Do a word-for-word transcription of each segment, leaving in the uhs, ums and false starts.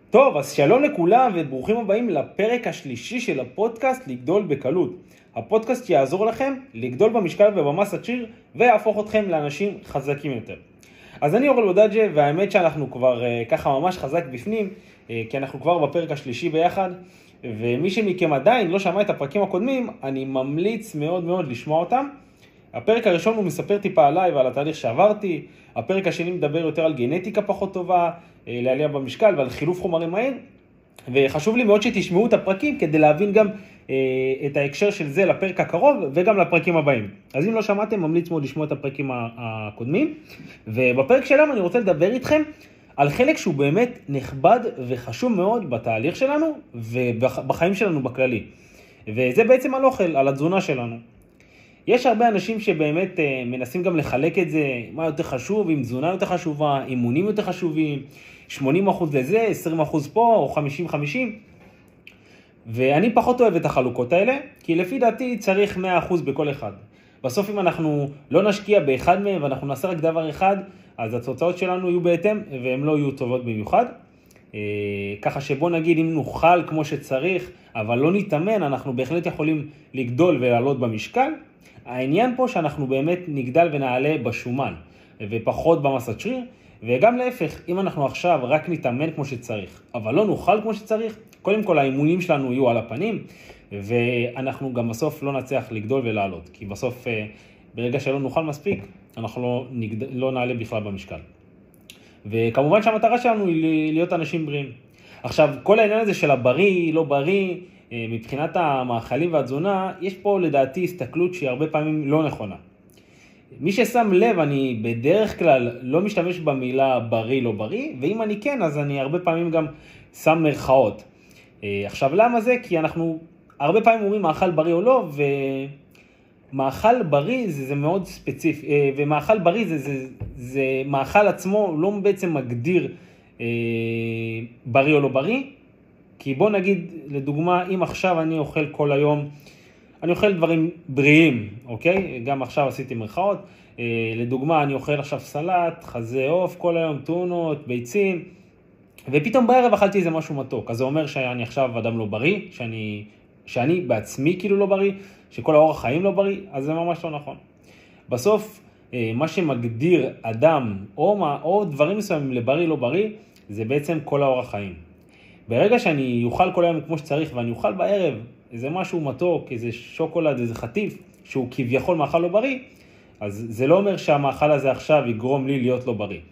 טוב, אז שלום לכולם וברוכים הבאים לפרק השלישי של הפודקאסט לגדול בקלות. הפודקאסט שיעזור לכם לגדול במשקל ובמסת שריר ויהפוך אתכם לאנשים חזקים יותר. אז אני אורל וודג'ה, והאמת שאנחנו כבר uh, ככה ממש חזק בפנים, uh, כי אנחנו כבר בפרק השלישי ביחד, ומי שמכם עדיין לא שמע את הפרקים הקודמים, אני ממליץ מאוד מאוד לשמוע אותם. הפרק הראשון הוא מספר טיפה עליי ועל התהליך שעברתי, הפרק השני מדבר יותר על גנטיקה פחות טובה, לעלייה במשקל ועל חילוף חומרים מהיר, וחשוב לי מאוד שתשמעו את הפרקים כדי להבין גם אה, את ההקשר של זה לפרק הקרוב וגם לפרקים הבאים. אז אם לא שמעתם, ממליץ מאוד לשמוע את הפרקים הקודמים, ובפרק שלנו אני רוצה לדבר איתכם על חלק שהוא באמת נכבד וחשוב מאוד בתהליך שלנו ובחיים שלנו בכללי, וזה בעצם על אוכל, על התזונה שלנו. יש הרבה אנשים שבאמת uh, מנסים גם לחלק את זה, מה יותר חשוב, אם תזונה יותר חשובה, אימונים יותר חשובים, שמונים אחוז לזה, עשרים אחוז פה, או חמישים חמישים. ואני פחות אוהב את החלוקות האלה, כי לפי דעתי צריך מאה אחוז בכל אחד. בסוף אם אנחנו לא נשקיע באחד מהם, ואנחנו נעשה רק דבר אחד, אז התוצאות שלנו יהיו בהתאם, והן לא יהיו טובות במיוחד. Uh, ככה שבוא נגיד, אם נאכל כמו שצריך, אבל לא נתאמן, אנחנו בהחלט יכולים לגדול ולעלות במשקל. העניין פה שאנחנו באמת נגדל ונעלה בשומן ופחות במסת שריר, וגם להפך, אם אנחנו עכשיו רק נתאמן כמו שצריך, אבל לא נאכל כמו שצריך, קודם כל האימונים שלנו יהיו על הפנים, ואנחנו גם בסוף לא נצליח לגדול ולעלות, כי בסוף ברגע שלא נאכל מספיק, אנחנו לא, נגד... לא נעלה בכלל במשקל. וכמובן שהמטרה שלנו היא להיות אנשים בריאים. עכשיו, כל העניין הזה של הבריא, לא בריא, מבחינת המאכלים והתזונה, יש פה לדעתי הסתכלות שהיא הרבה פעמים לא נכונה. מי ששם לב, אני בדרך כלל לא משתמש במילה בריא לא בריא, ואם אני כן, אז אני הרבה פעמים גם שם מרכאות. עכשיו למה זה? כי אנחנו הרבה פעמים אומרים מאכל בריא או לא, ומאכל בריא זה, זה מאוד ספציפי, ומאכל בריא זה, זה, זה מאכל עצמו לא בעצם מגדיר בריא או לא בריא, כי בוא נגיד, לדוגמה, אם עכשיו אני אוכל כל היום, אני אוכל דברים בריאים, אוקיי? גם עכשיו עשיתי מרכאות. לדוגמה, אני אוכל עכשיו סלט, חזה עוף, כל היום טונות, ביצים, ופתאום בערב אכלתי איזה משהו מתוק. אז זה אומר שאני עכשיו אדם לא בריא, שאני, שאני בעצמי כאילו לא בריא, שכל האורח חיים לא בריא, אז זה ממש לא נכון. בסוף, מה שמגדיר אדם או, או דברים מסוימים לבריא לא בריא, זה בעצם כל האורח חיים. ברגע שאני אוכל כל היום כמו שצריך, ואני אוכל בערב איזה משהו מתוק, איזה שוקולד, איזה חטיף, שהוא כביכול מאכל לא בריא, אז זה לא אומר שהמאכל הזה עכשיו יגרום לי להיות לא בריא.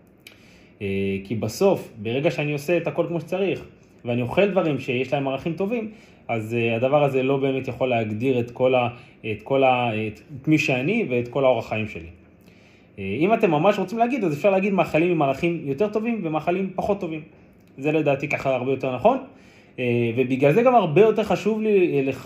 כי בסוף, ברגע שאני עושה את הכל כמו שצריך, ואני אוכל דברים שיש להם ערכים טובים, אז הדבר הזה לא באמת יכול להגדיר את כל ה, את כל ה, את מי שאני ואת כל האורח חיים שלי. אם אתם ממש רוצים להגיד, אז אפשר להגיד מאכלים עם ערכים יותר טובים ומאכלים פחות טובים. זה לדעתי ככה הרבה יותר נכון, ובגלל זה גם הרבה יותר חשוב לי לח...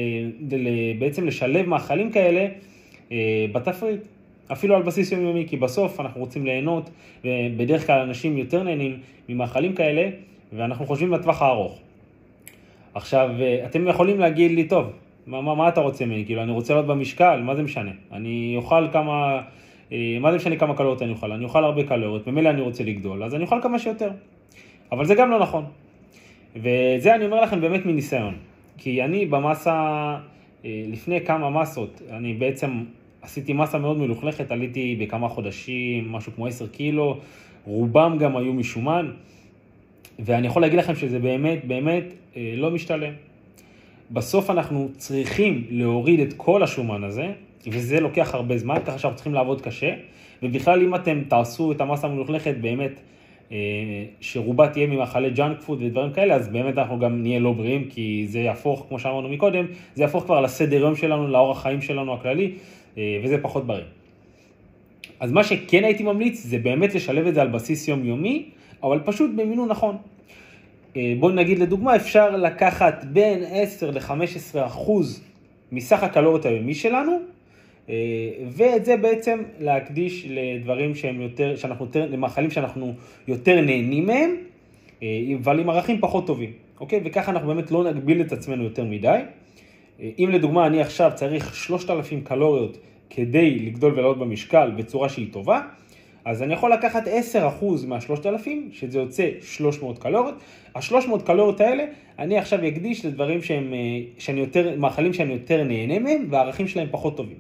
בעצם לשלב מאכלים כאלה בתפריט, אפילו על בסיס יומיומי, כי בסוף אנחנו רוצים ליהנות, ובדרך כלל אנשים יותר נהנים ממאכלים כאלה, ואנחנו חושבים לטווח הארוך. עכשיו, אתם יכולים להגיד לי, טוב, מה, מה, מה אתה רוצה ממני? כאילו, אני רוצה לעלות במשקל, מה זה משנה? אני אוכל כמה, מה זה משנה כמה קלוריות אני אוכל? אני אוכל הרבה קלוריות, ממילא אני רוצה לגדול, אז אני אוכל כמה שיותר. אבל זה גם לא נכון. וזה אני אומר לכם באמת מניסיון. כי אני במסה, לפני כמה מסות, אני בעצם עשיתי מסה מאוד מלוכלכת, עליתי בכמה חודשים, משהו כמו עשרה קילו, רובם גם היו משומן, ואני יכול להגיד לכם שזה באמת, באמת לא משתלם. בסוף אנחנו צריכים להוריד את כל השומן הזה, וזה לוקח הרבה זמן, ככה שאנחנו צריכים לעבוד קשה, ובכלל אם אתם תעשו את המסה המלוכלכת באמת, שרובה תהיה ממאכלי ג'אנק פוד ודברים כאלה, אז באמת אנחנו גם נהיה לא בריאים, כי זה יהפוך, כמו שאמרנו מקודם, זה יהפוך כבר לסדר יום שלנו, לאורח חיים שלנו הכללי, וזה פחות בריא. אז מה שכן הייתי ממליץ, זה באמת לשלב את זה על בסיס יומיומי, אבל פשוט במינון נכון. בואו נגיד לדוגמה, אפשר לקחת בין עשרה ל-חמישה עשר אחוז מסך הקלוריות היומי שלנו, ואת זה בעצם להקדיש לדברים שהם יותר, שאנחנו יותר, למאכלים שאנחנו יותר נהנים מהם, אבל עם ערכים פחות טובים, אוקיי? וככה אנחנו באמת לא נגביל את עצמנו יותר מדי. אם לדוגמה אני עכשיו צריך שלושת אלפים קלוריות כדי לגדול ולעלות במשקל בצורה שהיא טובה, אז אני יכול לקחת עשרה אחוז מה-שלושת אלפים, שזה יוצא שלוש מאות קלוריות. ה-שלוש מאות קלוריות האלה, אני עכשיו אקדיש לדברים שהם, שאני יותר, מאכלים שאני יותר נהנה מהם, והערכים שלהם פחות טובים.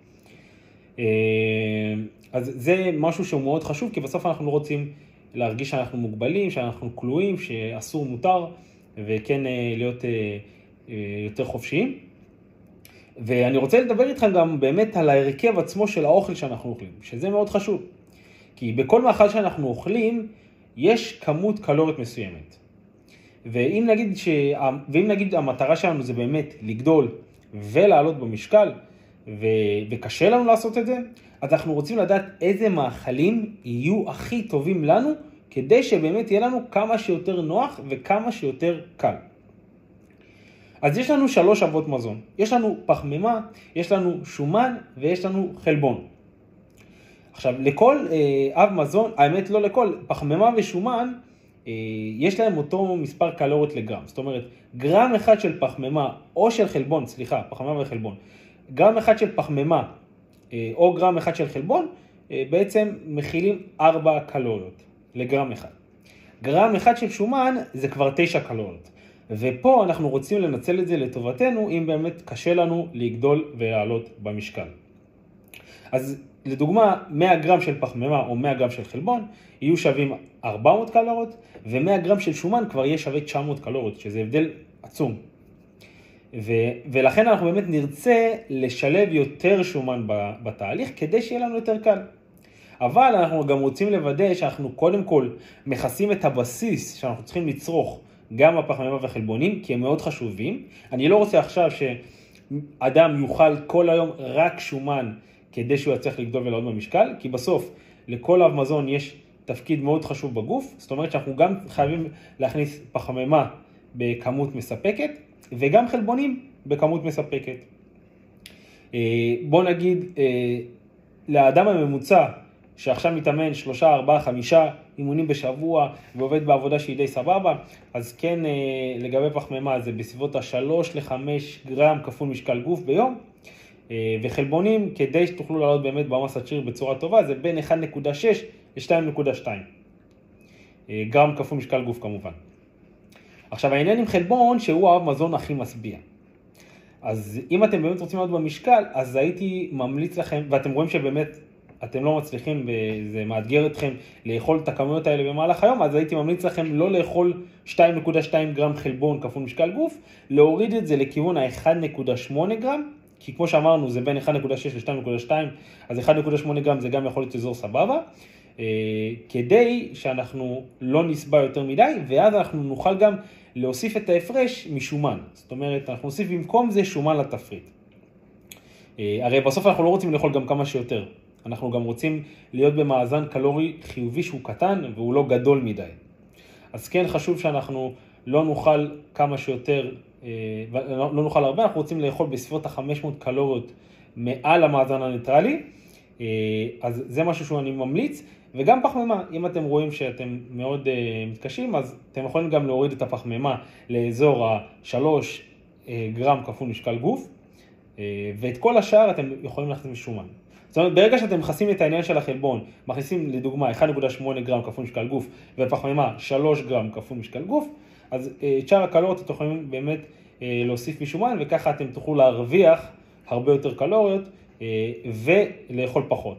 אז זה משהו שהוא מאוד חשוב, כי בסוף אנחנו לא רוצים להרגיש שאנחנו מוגבלים, שאנחנו כלואים, שאסור מותר, וכן להיות יותר חופשיים. ואני רוצה לדבר איתכם גם באמת על ההרכב עצמו של האוכל שאנחנו אוכלים, שזה מאוד חשוב. כי בכל מאכל שאנחנו אוכלים, יש כמות קלוריות מסוימת. ואם נגיד, ש... ואם נגיד המטרה שלנו זה באמת לגדול ולעלות במשקל, ו... וקשה לנו לעשות את זה, אז אנחנו רוצים לדעת איזה מאכלים יהיו הכי טובים לנו, כדי שבאמת יהיה לנו כמה שיותר נוח וכמה שיותר קל. אז יש לנו שלוש אבות מזון. יש לנו פחמימה, יש לנו שומן ויש לנו חלבון. עכשיו, לכל אה, אב מזון, האמת לא לכל, פחמימה ושומן, אה, יש להם אותו מספר קלוריות לגרם. זאת אומרת, גרם אחד של פחמימה או של חלבון, סליחה, פחמימה וחלבון, גרם אחד של פחמימה אה, או גרם אחד של חלבון, אה, בעצם מכילים ארבע קלוריות לגרם אחד. גרם אחד של שומן זה כבר תשע קלוריות. ופה אנחנו רוצים לנצל את זה לטובתנו, אם באמת קשה לנו לגדול ולעלות במשקל. אז לדוגמה, מאה גרם של פחמימה או מאה גרם של חלבון, יהיו שווים ארבע מאות קלוריות, ו-מאה גרם של שומן כבר יהיה שווה תשע מאות קלוריות, שזה הבדל עצום. ו- ולכן אנחנו באמת נרצה לשלב יותר שומן בתהליך, כדי שיהיה לנו יותר קל. אבל אנחנו גם רוצים לוודא שאנחנו קודם כל מכסים את הבסיס שאנחנו צריכים לצרוך, גם הפחמימה וחלבונים, כי הם מאוד חשובים. אני לא רוצה עכשיו שאדם יאכל כל היום רק שומן, כדי שהוא יצליח לגדול ולעוד במשקל, כי בסוף לכל אב מזון יש תפקיד מאוד חשוב בגוף, זאת אומרת שאנחנו גם חייבים להכניס פחמימה בכמות מספקת, וגם חלבונים בכמות מספקת. בוא נגיד, לאדם הממוצע, שעכשיו מתאמן שלושה, ארבעה, חמישה אימונים בשבוע, ועובד בעבודה שהיא די סבבה, אז כן, לגבי פחמימה זה בסביבות ה-שלוש לחמש גרם כפול משקל גוף ביום, וחלבונים, כדי שתוכלו לעלות באמת במסת שריר בצורה טובה, זה בין אחת נקודה שש ל-שתיים נקודה שתיים גרם כפול משקל גוף כמובן. עכשיו העניין עם חלבון שהוא האב מזון הכי משביע. אז אם אתם באמת רוצים לעלות במשקל, אז הייתי ממליץ לכם, ואתם רואים שבאמת אתם לא מצליחים וזה מאתגר אתכם לאכול את הכמויות האלה במהלך היום, אז הייתי ממליץ לכם לא לאכול שתיים נקודה שתיים גרם חלבון כפול משקל גוף, להוריד את זה לכיוון ה-אחת נקודה שמונה גרם, כי כמו שאמרנו זה בין אחת נקודה שש ל-שתיים נקודה שתיים, אז אחת נקודה שמונה גרם זה גם יכול להיות אזור סבבה, כדי שאנחנו לא נסבע יותר מדי, ואז אנחנו נוכל גם להוסיף את ההפרש משומן. זאת אומרת, אנחנו נוסיף במקום זה שומן לתפריט. הרי בסוף אנחנו לא רוצים לאכול גם כמה שיותר. אנחנו גם רוצים להיות במאזן קלורי חיובי שהוא קטן והוא לא גדול מדי. אז כן חשוב שאנחנו לא נאכל כמה שיותר, לא נאכל הרבה, אנחנו רוצים לאכול בסביבות ה-חמש מאות קלוריות מעל המאזן הניטרלי, אז זה משהו שאני ממליץ, וגם פחמימה, אם אתם רואים שאתם מאוד מתקשים, אז אתם יכולים גם להוריד את הפחמימה לאזור ה-שלוש גרם כפול משקל גוף, ואת כל השאר אתם יכולים להכניס משומן. זאת אומרת, ברגע שאתם מכניסים את העניין של החלבון, מכניסים לדוגמה אחת נקודה שמונה גרם כפול משקל גוף, ופחמימה שלוש גרם כפול משקל גוף, אז את שאר הקלוריות אתם יכולים באמת להוסיף משומן, וככה אתם תוכלו להרוויח הרבה יותר קלוריות, ולאכול פחות.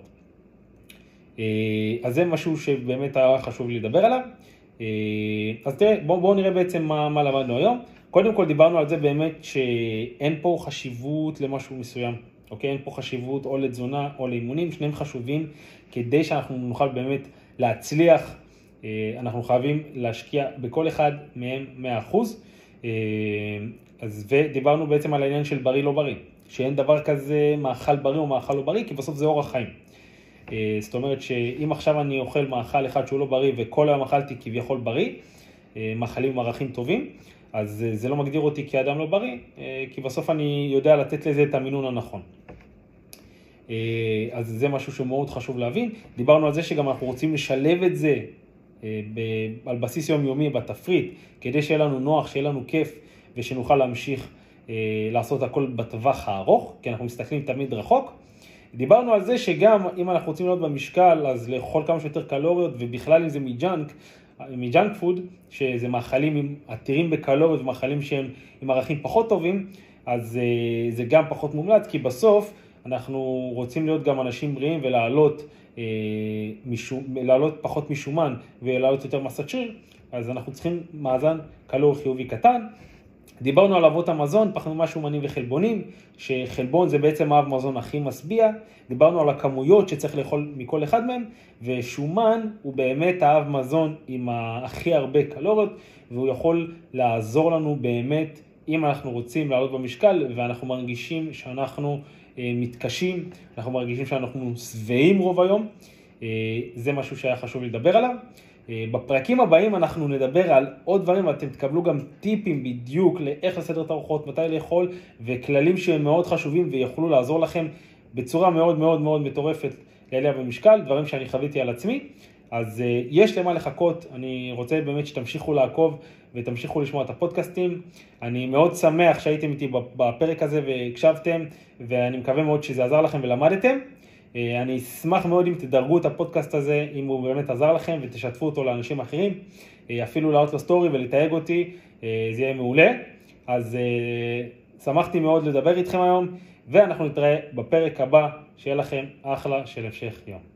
אז זה משהו שבאמת היה חשוב לי לדבר עליו. אז תראה, בואו בוא נראה בעצם מה, מה למדנו היום. קודם כל דיברנו על זה באמת שאין פה חשיבות למשהו מסוים. אוקיי? אין פה חשיבות או לתזונה או לאימונים, שניהם חשובים כדי שאנחנו נוכל באמת להצליח. אנחנו חייבים להשקיע בכל אחד מהם מאה אחוז. אז ודיברנו בעצם על העניין של בריא לא בריא, שאין דבר כזה מאכל בריא או מאכל לא בריא, כי בסוף זה אורח חיים. זאת אומרת שאם עכשיו אני אוכל מאכל אחד שהוא לא בריא וכל היום אכלתי כביכול בריא, מאכלים עם ערכים טובים, אז זה לא מגדיר אותי כאדם לא בריא, כי בסוף אני יודע לתת לזה את המינון הנכון. אז זה משהו שמאוד חשוב להבין. דיברנו על זה שגם אנחנו רוצים לשלב את זה על בסיס יומיומי בתפריט, כדי שיהיה לנו נוח, שיהיה לנו כיף, ושנוכל להמשיך לעשות הכל בטווח הארוך, כי אנחנו מסתכלים תמיד רחוק. דיברנו על זה שגם אם אנחנו רוצים להיות במשקל, אז לאכול כמה שיותר קלוריות, ובכלל אם זה מג'אנק, מג'אנק פוד, שזה מאכלים עם עתירים בקלוריות ומאכלים שהם עם ערכים פחות טובים, אז זה גם פחות מומלץ, כי בסוף אנחנו רוצים להיות גם אנשים בריאים ולעלות, משו, לעלות פחות משומן ולעלות יותר מסת שריר, אז אנחנו צריכים מאזן קלורי חיובי קטן. דיברנו על אבות המזון, פחמימה, שומנים וחלבונים, שחלבון זה בעצם האב מזון הכי משביע. דיברנו על הכמויות שצריך לאכול מכל אחד מהם, ושומן הוא באמת האב מזון עם הכי הרבה קלוריות, והוא יכול לעזור לנו באמת אם אנחנו רוצים לעלות במשקל, ואנחנו מרגישים שאנחנו מתקשים, אנחנו מרגישים שאנחנו שבעים רוב היום. זה משהו שהיה חשוב לדבר עליו. בפרקים הבאים אנחנו נדבר על עוד דברים, ואתם תקבלו גם טיפים בדיוק לאיך לסדר את הארוחות, מתי לאכול, וכללים שהם מאוד חשובים ויכולו לעזור לכם בצורה מאוד מאוד מאוד מטורפת לעלייה במשקל, דברים שאני חוויתי על עצמי. אז uh, יש למה לחכות, אני רוצה באמת שתמשיכו לעקוב ותמשיכו לשמוע את הפודקאסטים. אני מאוד שמח שהייתם איתי בפרק הזה והקשבתם, ואני מקווה מאוד שזה עזר לכם ולמדתם. Uh, אני אשמח מאוד אם תדרגו את הפודקאסט הזה, אם הוא באמת עזר לכם, ותשתפו אותו לאנשים אחרים, uh, אפילו לעלות לסטורי ולתייג אותי, uh, זה יהיה מעולה. אז uh, שמחתי מאוד לדבר איתכם היום, ואנחנו נתראה בפרק הבא, שיהיה לכם אחלה של המשך יום.